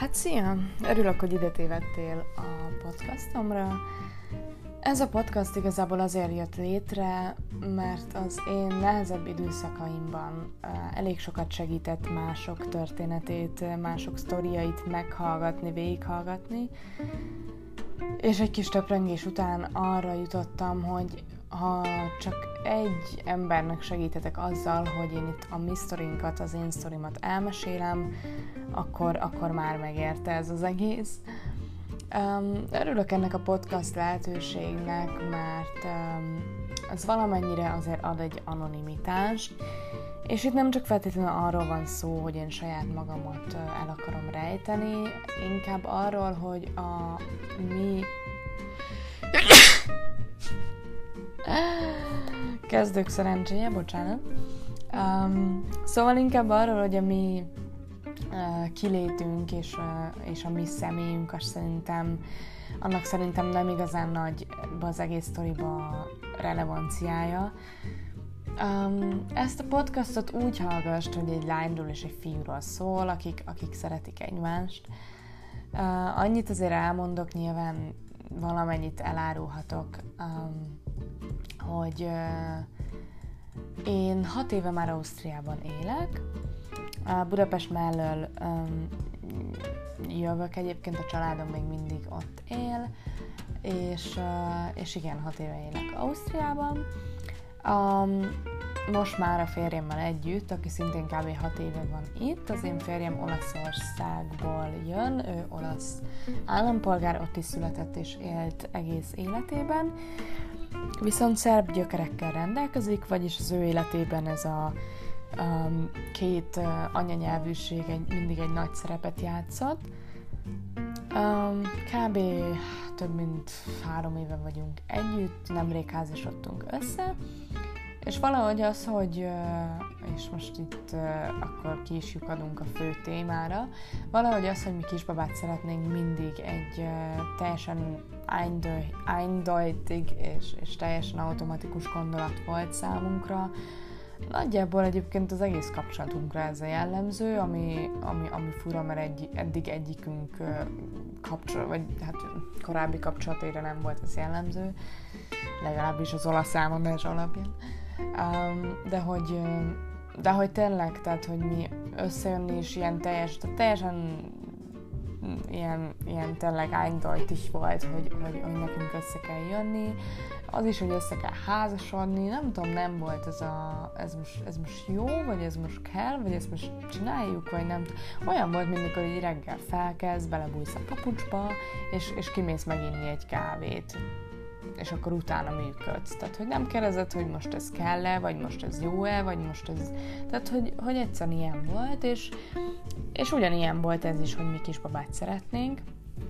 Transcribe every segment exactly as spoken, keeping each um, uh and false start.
Hát szia! Örülök, hogy ide tévedtél a podcastomra. Ez a podcast igazából azért jött létre, mert az én nehezebb időszakaimban elég sokat segített mások történetét, mások sztoriait meghallgatni, végighallgatni, és egy kis töprengés után arra jutottam, hogy ha csak egy embernek segíthetek azzal, hogy én itt a mi sztorinkat, az én sztorimat elmesélem, akkor, akkor már megérte ez az egész. Um, örülök ennek a podcast lehetőségnek, mert um, ez valamennyire azért ad egy anonimitást, és itt nem csak feltétlenül arról van szó, hogy én saját magamat uh, el akarom rejteni, inkább arról, hogy a mi... Kezdők szerencséje, bocsánat. Um, szóval inkább arról, hogy a mi uh, kilétünk és, uh, és a mi személyünk, az szerintem, annak szerintem nem igazán nagy az egész sztoriba relevanciája. Um, ezt a podcastot úgy hallgass, hogy egy lányról és egy fiúról szól, akik, akik szeretik egymást. Uh, annyit azért elmondok, nyilván valamennyit elárulhatok, um, hogy uh, én hat éve már Ausztriában élek, uh, Budapest mellől um, jövök, egyébként a családom még mindig ott él, és, uh, és igen, hat éve élek Ausztriában. Um, most már a férjemmel együtt, aki szintén kb. hat éve van itt, az én férjem Olaszországból jön, ő olasz állampolgár, ott is született és élt egész életében, viszont szerb gyökerekkel rendelkezik, vagyis az ő életében ez a um, két uh, anyanyelvűség egy, mindig egy nagy szerepet játszott. Um, kb. Több mint három éve vagyunk együtt, nemrég házasodtunk össze, és valahogy az, hogy, és most itt akkor ki is lyukadunk a fő témára, valahogy az, hogy mi kisbabát szeretnénk, mindig egy teljesen eindeutig és, és teljesen automatikus gondolat volt számunkra. Nagyjából egyébként az egész kapcsolatunkra ez a jellemző, ami, ami, ami fura, mert egy, eddig egyikünk kapcsolat, vagy hát korábbi kapcsolatéra nem volt ez jellemző, legalábbis az olasz elmondás alapján. Um, de, hogy, de hogy tényleg, tehát, hogy mi összejönni is ilyen teljes, tehát teljesen ilyen, ilyen tényleg eindeutig volt, hogy, hogy, hogy nekünk össze kell jönni. Az is, hogy össze kell házasodni, nem tudom, nem volt ez a, ez most, ez most jó, vagy ez most kell, vagy ezt most csináljuk, vagy nem. Olyan volt, mint mikor így reggel felkezd, belebújsz a papucsba, és, és kimész meginni egy kávét, és akkor utána működsz. Tehát, hogy nem kérdezed, hogy most ez kell-e, vagy most ez jó-e, vagy most ez... Tehát, hogy, hogy egyszerűen ilyen volt, és, és ugyanilyen volt ez is, hogy mi kisbabát szeretnénk.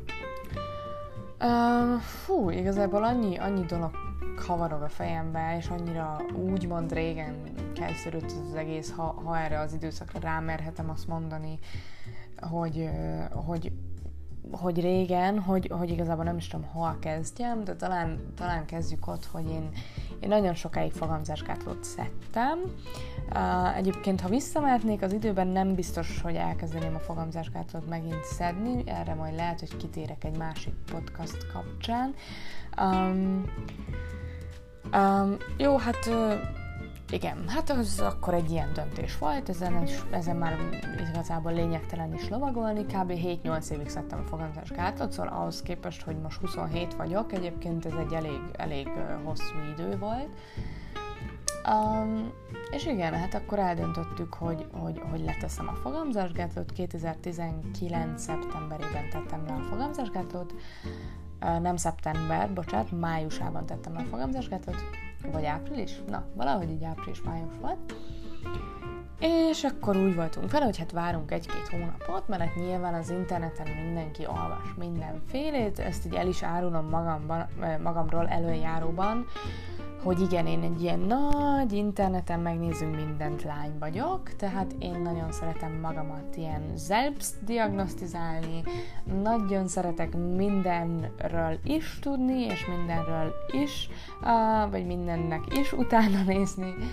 Uh, fú, igazából annyi, annyi dolog kavarog a fejembe, és annyira úgymond régen kezdődött az egész, ha, ha erre az időszakra rámerhetem azt mondani, hogy, hogy hogy régen, hogy, hogy igazából nem is tudom, hol kezdjem, de talán, talán kezdjük ott, hogy én, én nagyon sokáig fogamzásgátlót szedtem. Uh, egyébként, ha visszamehetnék az időben, nem biztos, hogy elkezdeném a fogamzásgátlót megint szedni, erre majd lehet, hogy kitérek egy másik podcast kapcsán. Um, um, jó, hát... Uh, Igen, hát az akkor egy ilyen döntés volt, ezen, is, ezen már igazából lényegtelen is lovagolni, kb. hét-nyolc évig szedtem a fogamzásgátlót, szóval ahhoz képest, hogy most huszonhét vagyok, egyébként ez egy elég, elég hosszú idő volt. Um, és igen, hát akkor eldöntöttük, hogy, hogy, hogy leteszem a fogamzásgátlót, kétezer-tizenkilenc. szeptemberében tettem le a fogamzásgátlót, uh, nem szeptember, bocsánat, májusában tettem le a fogamzásgátlót, vagy április? Na, valahogy így április-május volt. És akkor úgy voltunk fel, hogy hát várunk egy-két hónapot, mert hát nyilván az interneten mindenki olvas mindenfélét, ezt így el is árulom magamban, magamról előjáróban, hogy igen, én egy ilyen nagy interneten megnézünk mindent lány vagyok, tehát én nagyon szeretem magamat ilyen selbst diagnosztizálni, nagyon szeretek mindenről is tudni, és mindenről is, uh, vagy mindennek is utána nézni,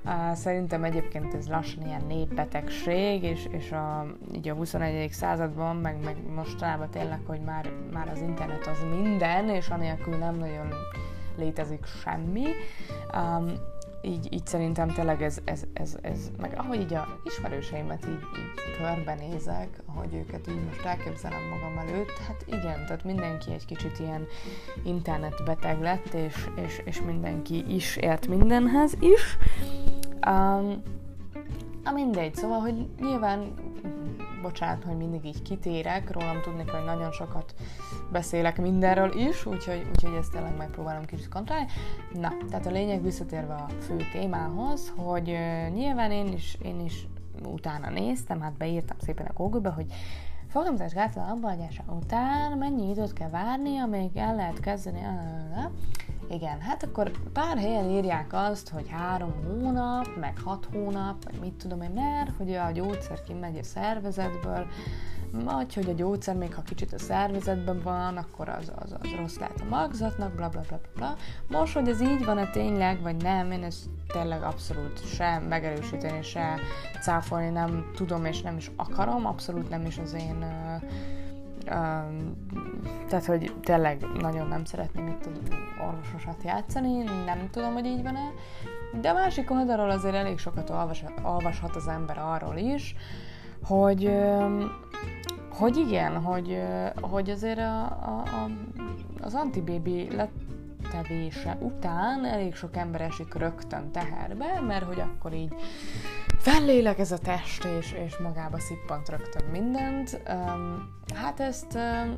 Uh, szerintem egyébként ez lassan ilyen népbetegség, és, és a, így a huszonegyedik században, meg, meg mostanában tényleg, hogy már, már az internet az minden, és anélkül nem nagyon létezik semmi. Um, így, így szerintem tényleg ez, ez, ez, ez, meg ahogy így a ismerőseimet így, így körbenézek, ahogy őket így most elképzelem magam előtt, hát igen, tehát mindenki egy kicsit ilyen internetbeteg lett, és, és, és mindenki is ért mindenhez is. Um, a mindegy, szóval, hogy nyilván, bocsánat, hogy mindig így kitérek, rólam tudni, hogy nagyon sokat beszélek mindenről is, úgyhogy, úgyhogy ezt tényleg megpróbálom kicsit kontrollálni. Na, tehát a lényeg, visszatérve a fő témához, hogy uh, nyilván én is, én is utána néztem, hát beírtam szépen a Google-be, hogy fogamzás gátló abbahagyása után mennyi időt kell várni, amíg el lehet kezdeni. Igen, hát akkor pár helyen írják azt, hogy három hónap, meg hat hónap, vagy mit tudom én, mert hogy a gyógyszer kimegy a szervezetből, vagy hogy a gyógyszer még ha kicsit a szervezetben van, akkor az, az, az rossz lehet a magzatnak, bla bla bla bla. Most, hogy ez így van-e tényleg, vagy nem, én ezt tényleg abszolút se megerősíteni, se cáfolni nem tudom, és nem is akarom, abszolút nem is az én... Uh, Um, tehát, hogy tényleg nagyon nem szeretném itt az orvososat játszani, nem tudom, hogy így van-e, de a másik oldalról azért elég sokat olvas, olvashat az ember arról is, hogy, um, hogy igen, hogy, hogy azért a, a, a, az antibébi letevése után elég sok ember esik rögtön teherbe, mert hogy akkor így felléleg ez a test, és, és magába szippant rögtön mindent. Um, hát ezt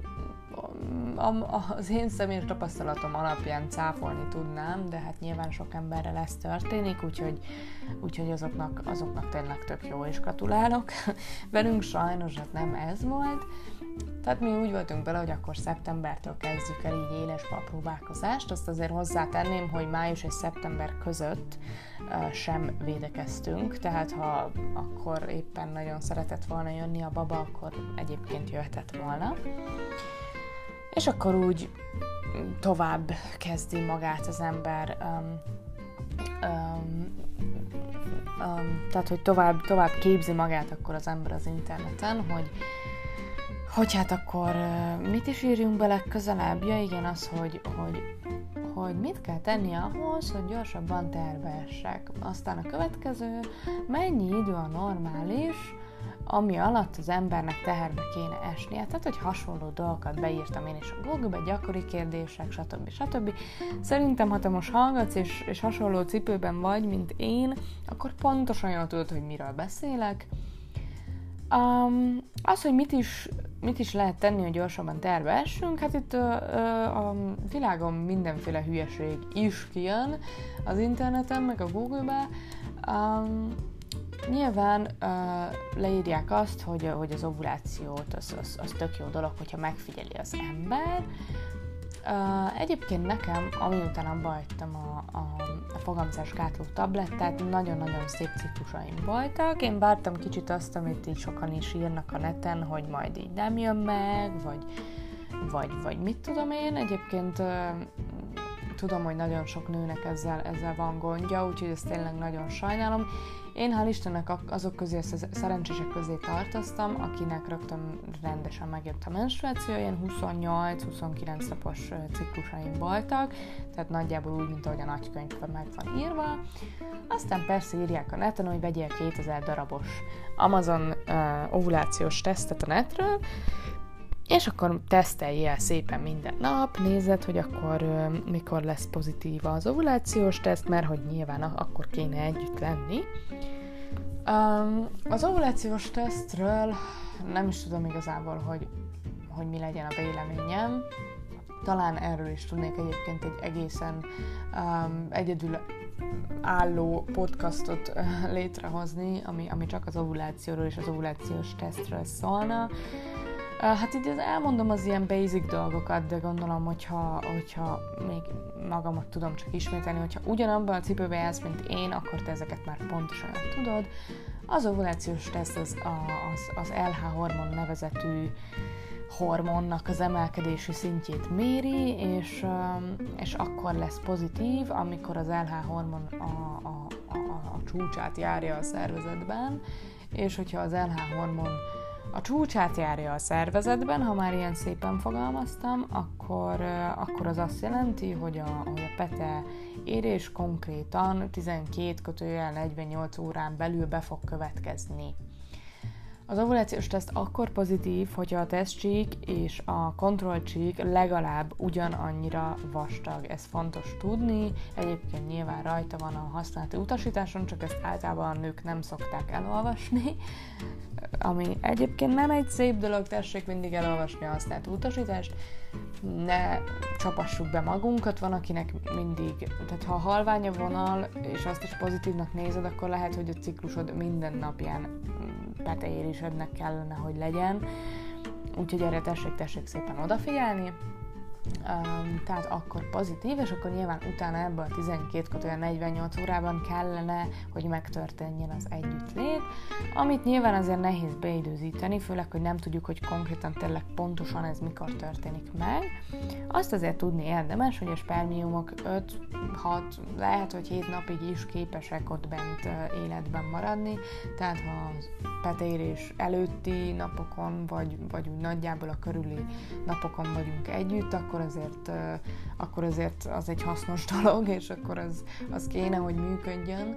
um, az én személyes tapasztalatom alapján cáfolni tudnám, de hát nyilván sok emberrel ez történik, úgyhogy, úgyhogy azoknak, azoknak tényleg tök jó, és gratulálok. Velünk sajnos hát nem ez volt. Tehát mi úgy voltunk bele, hogy akkor szeptembertől kezdjük el így élesbe a próbálkozást. Azt azért hozzátenném, hogy május és szeptember között uh, sem védekeztünk, tehát ha akkor éppen nagyon szeretett volna jönni a baba, akkor egyébként jöhetett volna. És akkor úgy tovább kezdi magát az ember, um, um, um, tehát hogy tovább, tovább képzi magát akkor az ember az interneten, hogy Hogy hát akkor mit is írjunk be legközelebb? Ja igen, az, hogy, hogy, hogy mit kell tenni ahhoz, hogy gyorsabban tervbe essek. Aztán a következő, mennyi idő a normális, ami alatt az embernek teherbe kéne esnie. Tehát, hogy hasonló dolgokat beírtam én is a Google-be, gyakori kérdések, stb. stb. Szerintem, ha te most hallgatsz, és, és hasonló cipőben vagy, mint én, akkor pontosan jól tudod, hogy miről beszélek. Um, az, hogy mit is, mit is lehet tenni, hogy gyorsabban terve essünk, hát itt uh, uh, a világon mindenféle hülyeség is kijön az interneten, meg a Google-be. Um, nyilván uh, leírják azt, hogy, hogy az ovulációt az, az, az tök jó dolog, hogyha megfigyeli az ember. Uh, egyébként nekem, amiután abba hagytam a, a, a fogamzásgátló tablettát, nagyon-nagyon szép ciklusaim voltak. Én vártam kicsit azt, amit így sokan is írnak a neten, hogy majd így nem jön meg, vagy, vagy, vagy mit tudom én. Egyébként uh, tudom, hogy nagyon sok nőnek ezzel, ezzel van gondja, úgyhogy ezt tényleg nagyon sajnálom. Én hál' Istennek azok közé, szerencsések közé tartoztam, akinek rögtön rendesen megjött a menstruáció, ilyen huszonnyolc-huszonkilenc napos ciklusaim voltak, tehát nagyjából úgy, mint ahogy a nagykönyvben meg van írva. Aztán persze írják a neten, hogy vegyél kétezer darabos Amazon uh, ovulációs tesztet a netről, és akkor teszteljél szépen minden nap, nézed, hogy akkor uh, mikor lesz pozitív az ovulációs teszt, mert hogy nyilván akkor kéne együtt lenni. Um, az ovulációs tesztről nem is tudom igazából, hogy, hogy mi legyen a véleményem. Talán erről is tudnék egyébként egy egészen um, egyedül álló podcastot uh, létrehozni, ami, ami csak az ovulációról és az ovulációs tesztről szólna. Hát így elmondom az ilyen basic dolgokat, de gondolom, hogyha, hogyha még magamat tudom csak ismételni, hogyha ugyanabban a cipőben jársz, mint én, akkor te ezeket már pontosan tudod. Az ovulációs teszt az, az, az el há hormon nevezetű hormonnak az emelkedési szintjét méri, és, és akkor lesz pozitív, amikor az el há hormon a, a, a, a csúcsát járja a szervezetben, és hogyha az el há hormon a csúcsát járja a szervezetben, ha már ilyen szépen fogalmaztam, akkor, akkor az azt jelenti, hogy a, hogy a pete érés konkrétan tizenkét kötőjel negyvennyolc órán belül be fog következni. Az ovulációs teszt akkor pozitív, hogyha a tesztcsík és a kontrollcsík legalább ugyanannyira vastag. Ez fontos tudni, egyébként nyilván rajta van a használati utasításon, csak ezt általában a nők nem szokták elolvasni, ami egyébként nem egy szép dolog, tessék mindig elolvasni a használati utasítást, ne csapassuk be magunkat, van akinek mindig, tehát ha halvány a vonal, és azt is pozitívnak nézed, akkor lehet, hogy a ciklusod minden napján peteérésednek kellene, hogy legyen, úgyhogy erre tessék, tessék szépen odafigyelni. Um, tehát akkor pozitív, és akkor nyilván utána ebben a tizenkét kötően negyvennyolc órában kellene, hogy megtörténjen az együttlét, amit nyilván azért nehéz beidőzíteni, főleg, hogy nem tudjuk, hogy konkrétan tényleg pontosan ez mikor történik meg. Azt azért tudni érdemes, hogy a spermiumok öt-hat, lehet, hogy hét napig is képesek ott bent életben maradni, tehát ha a peteérés előtti napokon, vagy, vagy úgy nagyjából a körüli napokon vagyunk együtt, akkor azért, akkor azért az egy hasznos dolog, és akkor az, az kéne, hogy működjön.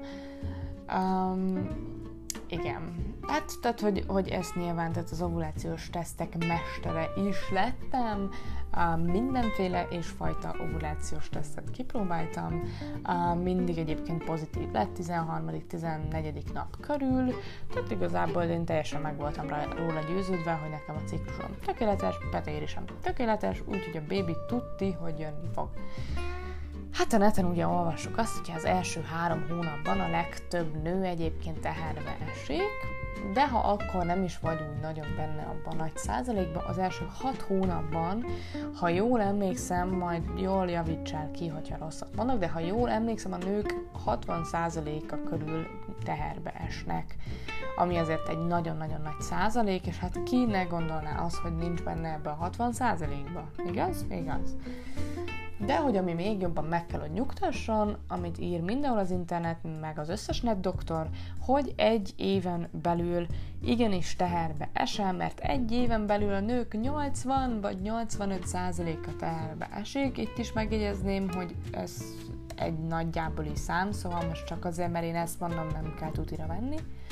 Um, igen. Hát, tehát, hogy, hogy ezt nyilván, tehát az ovulációs tesztek mestere is lettem, uh, mindenféle és fajta ovulációs tesztet kipróbáltam, uh, mindig egyébként pozitív lett, tizenharmadik tizennegyedik nap körül, tehát igazából én teljesen meg voltam róla győződve, hogy nekem a ciklusom tökéletes, peteérésem tökéletes, úgyhogy a bébi tudti, hogy jönni fog. Hát a neten ugye olvassuk azt, hogy az első három hónapban a legtöbb nő egyébként teherbe esik, de ha akkor nem is vagyunk nagyon benne abban a nagy százalékban, az első hat hónapban, ha jól emlékszem, majd jól javítsál ki, hogyha rosszat mondok, de ha jól emlékszem, a nők hatvan százaléka körül teherbe esnek, ami azért egy nagyon-nagyon nagy százalék, és hát ki ne gondolná azt, hogy nincs benne ebbe a hatvan százalékba. Igaz? Igaz. De hogy ami még jobban meg kell, hogy nyugtasson, amit ír mindenhol az internet, meg az összes netdoktor, hogy egy éven belül igenis teherbe esel, mert egy éven belül a nők nyolcvan vagy nyolcvanöt százaléka teherbe esik. Itt is megjegyezném, hogy ez egy nagyjáboli szám, szóval most csak azért, mert én ezt mondom, nem kell tutira venni.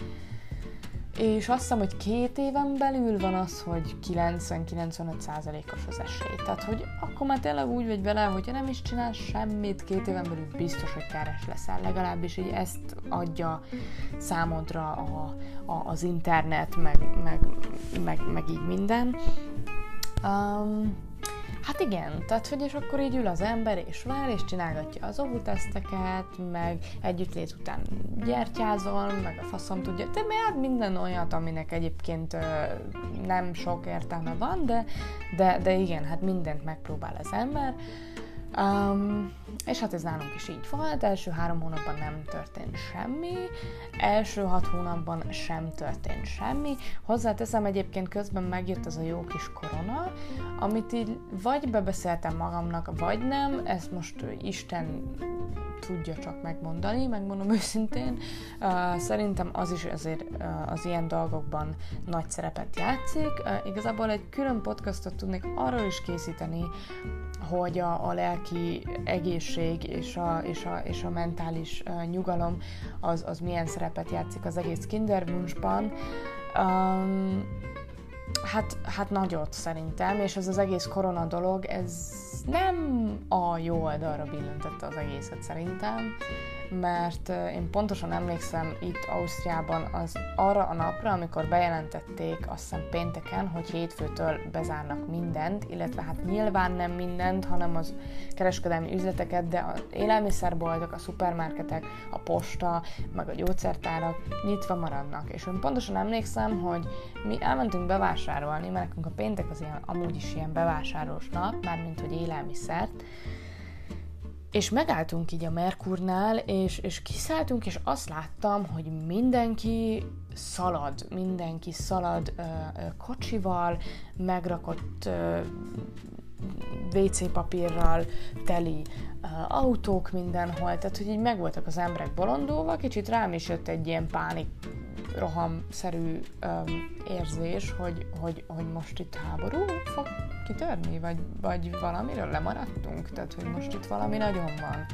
És azt hiszem, hogy két éven belül van az, hogy kilencven-kilencvenöt százalékos az esély. Tehát, hogy akkor már tényleg úgy vagy vele, hogyha nem is csinálsz semmit, két éven belül biztos, hogy káros leszel. Legalábbis így ezt adja számodra a, a, az internet, meg, meg, meg, meg így minden. Um, Hát igen, tehát hogy és akkor így ül az ember, és vár, és csinálgatja az ovuteszteket, meg együttlét után gyertyázol, meg a faszom tudja, de mert minden olyat, aminek egyébként ö, nem sok értelme van, de, de, de igen, hát mindent megpróbál az ember. Um, és hát ez nálunk is így volt, első három hónapban nem történt semmi, első hat hónapban sem történt semmi. Hozzáteszem, egyébként közben megjött az a jó kis korona, amit így vagy bebeszéltem magamnak, vagy nem, ezt most Isten tudja csak megmondani, megmondom őszintén. Uh, szerintem az is azért uh, az ilyen dolgokban nagy szerepet játszik. Uh, igazából egy külön podcastot tudnék arról is készíteni, hogy a, a lelki egészség és a, és a, és a mentális uh, nyugalom az, az milyen szerepet játszik az egész Kinderwunschban. Um, hát, hát nagyot szerintem, és ez az egész korona dolog, ez nem a jó oldalra billentette az egészet szerintem, mert én pontosan emlékszem itt Ausztriában az arra a napra, amikor bejelentették azt hiszem pénteken, hogy hétfőtől bezárnak mindent, illetve hát nyilván nem mindent, hanem az kereskedelmi üzleteket, de az élelmiszerboltok, a szupermarketek, a posta, meg a gyógyszertárak nyitva maradnak. És én pontosan emlékszem, hogy mi elmentünk bevásárolni, mert nekünk a péntek az ilyen, amúgy is ilyen bevásárlós nap, mármint hogy élelmiszert, És megálltunk így a Merkurnál, és, és kiszálltunk, és azt láttam, hogy mindenki szalad, mindenki szalad ö, ö, kocsival, megrakott ö, vé cé papírral teli ö, autók mindenhol, tehát hogy így megvoltak az emberek bolondulva, kicsit rám is jött egy ilyen pánik rohamszerű öm, érzés, hogy, hogy, hogy most itt háború fog kitörni, vagy, vagy valamiről lemaradtunk, tehát hogy most itt valami nagyon van.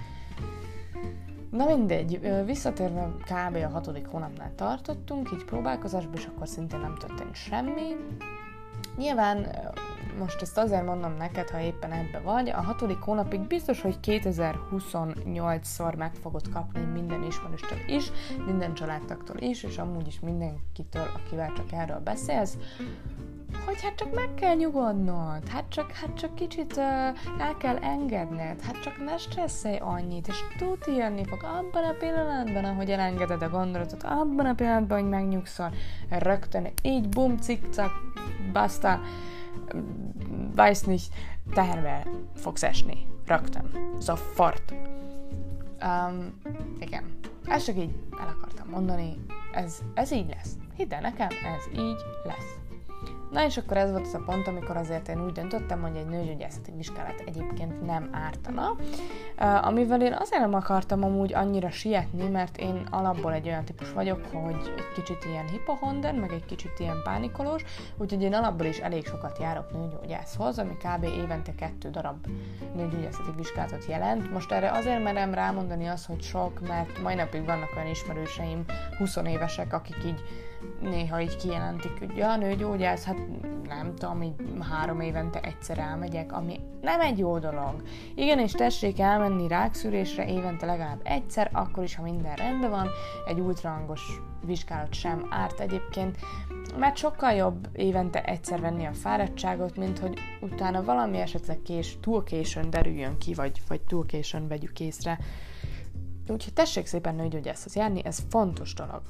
Na mindegy, visszatérve kb. A hatodik hónapnál tartottunk, így próbálkozásban, és akkor szintén nem történt semmi. Nyilván most ezt azért mondom neked, ha éppen ebbe vagy, a hatodik hónapig biztos, hogy kétezer-huszonnyolcszor meg fogod kapni minden ismerőstől is, minden családtagtól is, és amúgy is mindenkitől, akivel csak erről beszélsz, hogy hát csak meg kell nyugodnod, hát csak, hát csak kicsit uh, el kell engedned, hát csak ne stresszelj annyit, és tuti jönni fog abban a pillanatban, ahogy elengeded a gondolatot, abban a pillanatban, hogy megnyugszol, rögtön így bum, cikcak, basta, weiß nicht, teherbe fogsz esni, rögtön, sofort. Um, igen, ezt csak így el akartam mondani, ez, ez így lesz, hidd el nekem, ez így lesz. Na és akkor ez volt az a pont, amikor azért én úgy döntöttem, hogy egy nőgyógyászati vizsgálat egyébként nem ártana, uh, amivel én azért nem akartam amúgy annyira sietni, mert én alapból egy olyan típus vagyok, hogy egy kicsit ilyen hipohonder, meg egy kicsit ilyen pánikolós, úgyhogy én alapból is elég sokat járok nőgyógyászhoz, ami kb. Évente kettő darab nőgyógyászati vizsgálatot jelent. Most erre azért merem rámondani azt, hogy sok, mert mai napig vannak olyan ismerőseim, húsz évesek, akik így néha így kijelentik, hogy ja, nőgyógyász, hát nem tudom, így három évente egyszer elmegyek, ami nem egy jó dolog. Igenis, tessék elmenni rákszűrésre évente legalább egyszer, akkor is, ha minden rendben van, egy ultrahangos vizsgálat sem árt egyébként, mert sokkal jobb évente egyszer venni a fáradtságot, mint hogy utána valami esetleg kés, túl későn derüljön ki, vagy, vagy túl későn vegyük észre. Úgyhogy tessék szépen nőgyógyászhoz járni, ez fontos dolog.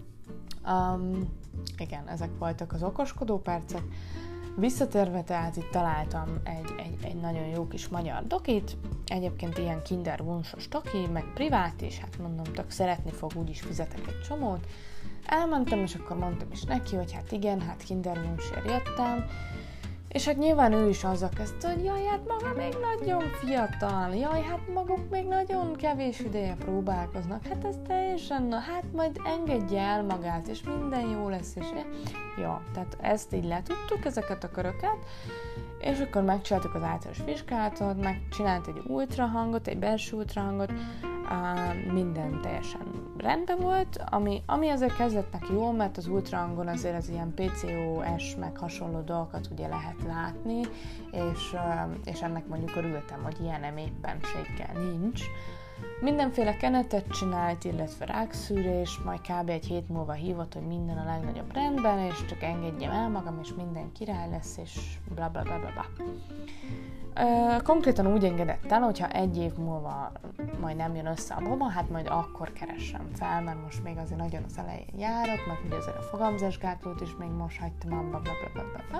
Um, igen, ezek voltak az okoskodó percek. Visszatérve, tehát itt találtam egy, egy, egy nagyon jó kis magyar dokit, egyébként ilyen kinderwunschos doki, meg privát, és hát mondom, tök szeretni fog, úgyis fizetek egy csomót. Elmentem, és akkor mondtam is neki, hogy hát igen, hát kinderwunschért jöttem, és hát nyilván ő is azzal kezdte, hogy jaj, hát maga még nagyon fiatal, jaj, hát maguk még nagyon kevés ideje próbálkoznak, hát ez teljesen, na hát majd engedje el magát, és minden jó lesz, és ja, tehát ezt így letudtuk, ezeket a köröket, és akkor megcsináltuk az általános vizsgálatot, megcsinált egy ultrahangot, egy belső ultrahangot, Uh, minden teljesen rendben volt, ami, ami azért kezdett neki jól, mert az ultrahangon azért az ilyen pé cé o es meg hasonló dolgokat ugye lehet látni, és, uh, és ennek mondjuk örültem, hogy ilyenem éppenséggel nincs. Mindenféle kenetet csinált, illetve rákszűrés, majd kb. Egy hét múlva hívott, hogy minden a legnagyobb rendben, és csak engedjem el magam, és minden király lesz, és bla bla bla bla bla. Uh, konkrétan úgy engedett el, hogyha egy év múlva majd nem jön össze a baba, hát majd akkor keressem fel, mert most még azért nagyon az elején járok, meg ugye azért a fogamzásgátlót is még most hagytam abba, bla bla bla bla bla.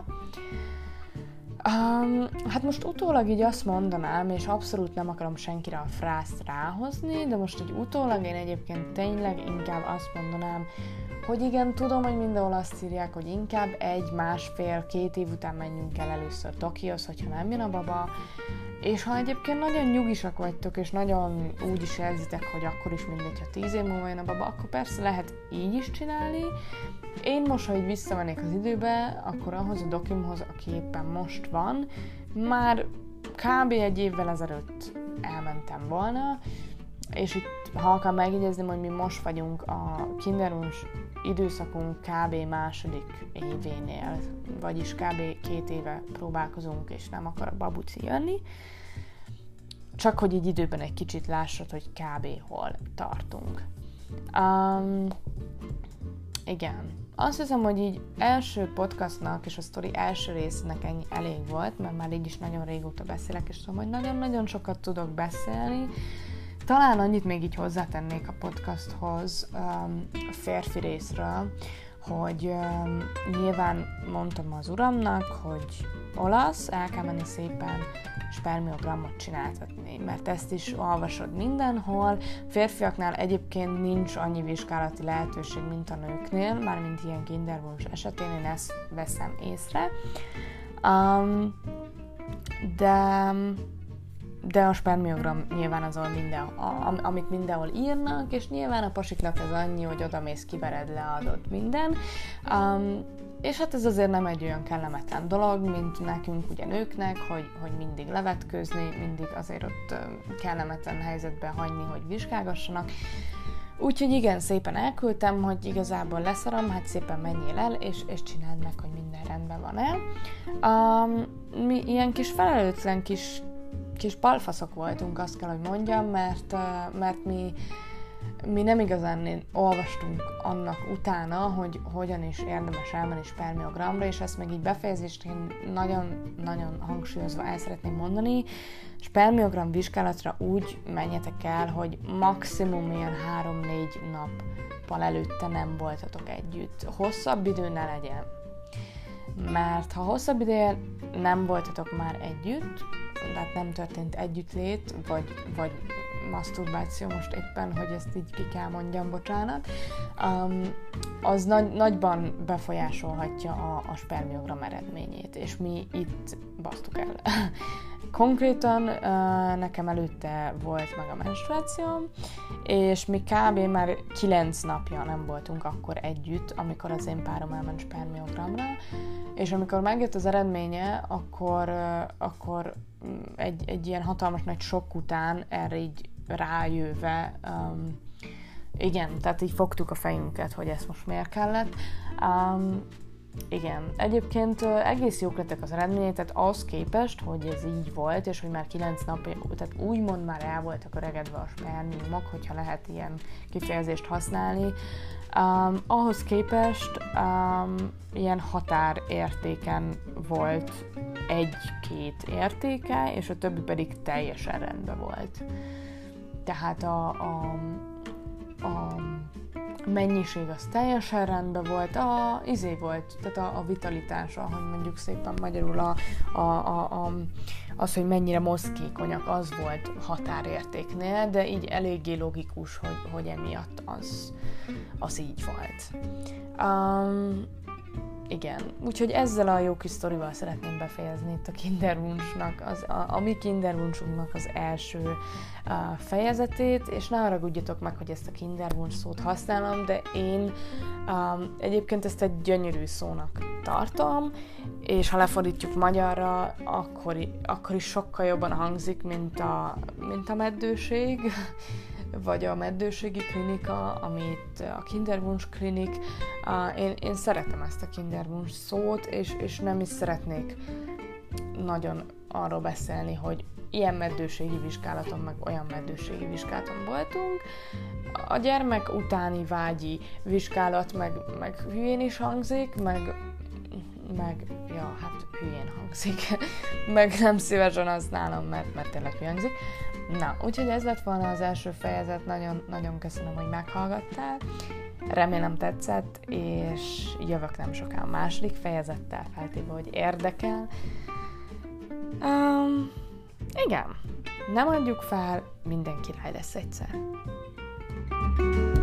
Um, hát most utólag így azt mondanám, és abszolút nem akarom senkire a frászt ráhozni, de most így utólag én egyébként tényleg inkább azt mondanám, hogy igen, tudom, hogy mindenhol azt írják, hogy inkább egy, másfél, két év után menjünk el először Tokióhoz, hogyha nem jön a baba, és ha egyébként nagyon nyugisak vagytok, és nagyon úgy is érzitek, hogy akkor is mindegy, ha tíz év múlva jön a baba, akkor persze lehet így is csinálni. Én most, ha így visszamennék az időbe, akkor ahhoz a dokimhoz, aki éppen most van, már kb. Egy évvel ezelőtt elmentem volna, és itt, ha akar megjegyezni, hogy mi most vagyunk a kinderwunsch időszakunk kb. Második événél, vagyis kb. Két éve próbálkozunk, és nem akar a babuci jönni. Csak hogy így időben egy kicsit lássad, hogy kb. Hol tartunk. Um, igen. Azt hiszem, hogy így első podcastnak és a sztori első résznek ennyi elég volt, mert már így is nagyon régóta beszélek, és tudom, hogy nagyon-nagyon sokat tudok beszélni. Talán annyit még így hozzátennék a podcasthoz um, a férfi részről, hogy um, nyilván mondtam az uramnak, hogy olasz, el kell menni szépen spermiogramot csináltatni, mert ezt is olvasod mindenhol. Férfiaknál egyébként nincs annyi vizsgálati lehetőség, mint a nőknél, mármint ilyen kinderwunsch esetén, én ezt veszem észre. Um, de, de a spermiogram nyilván az, minden, a, amit mindenhol írnak, és nyilván a pasiknak ez annyi, hogy odamész, kivered, leadod minden. Um, És hát ez azért nem egy olyan kellemetlen dolog, mint nekünk ugye nőknek, hogy, hogy mindig levetkőzni, mindig azért ott kellemetlen helyzetben hagyni, hogy vizsgálgassanak. Úgyhogy igen, szépen elküldtem, hogy igazából leszarom, hát szépen menjél el, és, és csináld meg, hogy minden rendben van-e. Um, mi ilyen kis felelőtlen kis, kis balfaszok voltunk, azt kell, hogy mondjam, mert, mert mi Mi nem igazán olvastunk annak utána, hogy hogyan is érdemes elmenni spermiogramra, és ezt még így befejezést én nagyon-nagyon hangsúlyozva el szeretném mondani. Spermiogram vizsgálatra úgy menjetek el, hogy maximum ilyen három-négy nappal előtte nem voltatok együtt. Hosszabb idő ne legyen. Mert ha hosszabb ideje nem voltatok már együtt, tehát nem történt együttlét, vagy, vagy maszturbáció most éppen, hogy ezt így ki kell mondjam, bocsánat, um, az nagy, nagyban befolyásolhatja a, a spermiogram eredményét, és mi itt basztuk el. Konkrétan uh, nekem előtte volt meg a menstruációm, és mi kb. Már kilenc napja nem voltunk akkor együtt, amikor az én párom elment spermiogramra, és amikor megjött az eredménye, akkor, uh, akkor egy, egy ilyen hatalmas nagy sok után erre így rájöve, um, igen, tehát így fogtuk a fejünket, hogy ezt most miért kellett. Um, igen, egyébként uh, egész jók lettek az eredmények, tehát ahhoz képest, hogy ez így volt, és hogy már kilenc nap, tehát úgymond már el voltak öregedve a spermiumok, hogyha lehet ilyen kifejezést használni. Um, ahhoz képest um, ilyen határértéken volt egy-két értéke, és a többi pedig teljesen rendben volt. Tehát a, a, a mennyiség az teljesen rendben volt, a izé volt, tehát a, a vitalitása, hogy mondjuk szépen magyarul a, a, a, a, az, hogy mennyire mozgékonyak, az volt határértéknél, de így eléggé logikus, hogy, hogy emiatt az, az így volt. Um, igen, úgyhogy ezzel a jó kis sztorival szeretném befejezni itt a kinderwunschnak, az, a, a mi kinderwunschunknak az első uh, fejezetét, és ne haragudjatok meg, hogy ezt a kinderwunsch szót használom, de én um, egyébként ezt egy gyönyörű szónak tartom, és ha lefordítjuk magyarra, akkor, akkor is sokkal jobban hangzik, mint a, mint a meddőség, vagy a meddőségi klinika, amit a kinderwunsch klinik. Én, én szeretem ezt a kinderwunsch szót, és, és nem is szeretnék nagyon arról beszélni, hogy ilyen meddőségi vizsgálaton, meg olyan meddőségi vizsgálaton voltunk. A gyermek utáni vágyi vizsgálat meg, meg hülyén is hangzik, meg, meg ja, hát hülyén hangzik, meg nem szívesen használom, mert, mert tényleg hülyén hangzik. Na, úgyhogy ez lett volna az első fejezet, nagyon, nagyon köszönöm, hogy meghallgattál, remélem tetszett, és jövök nem soká a második fejezettel, feltéve, hogy érdekel. Um, igen, nem adjuk fel, minden király lesz egyszer.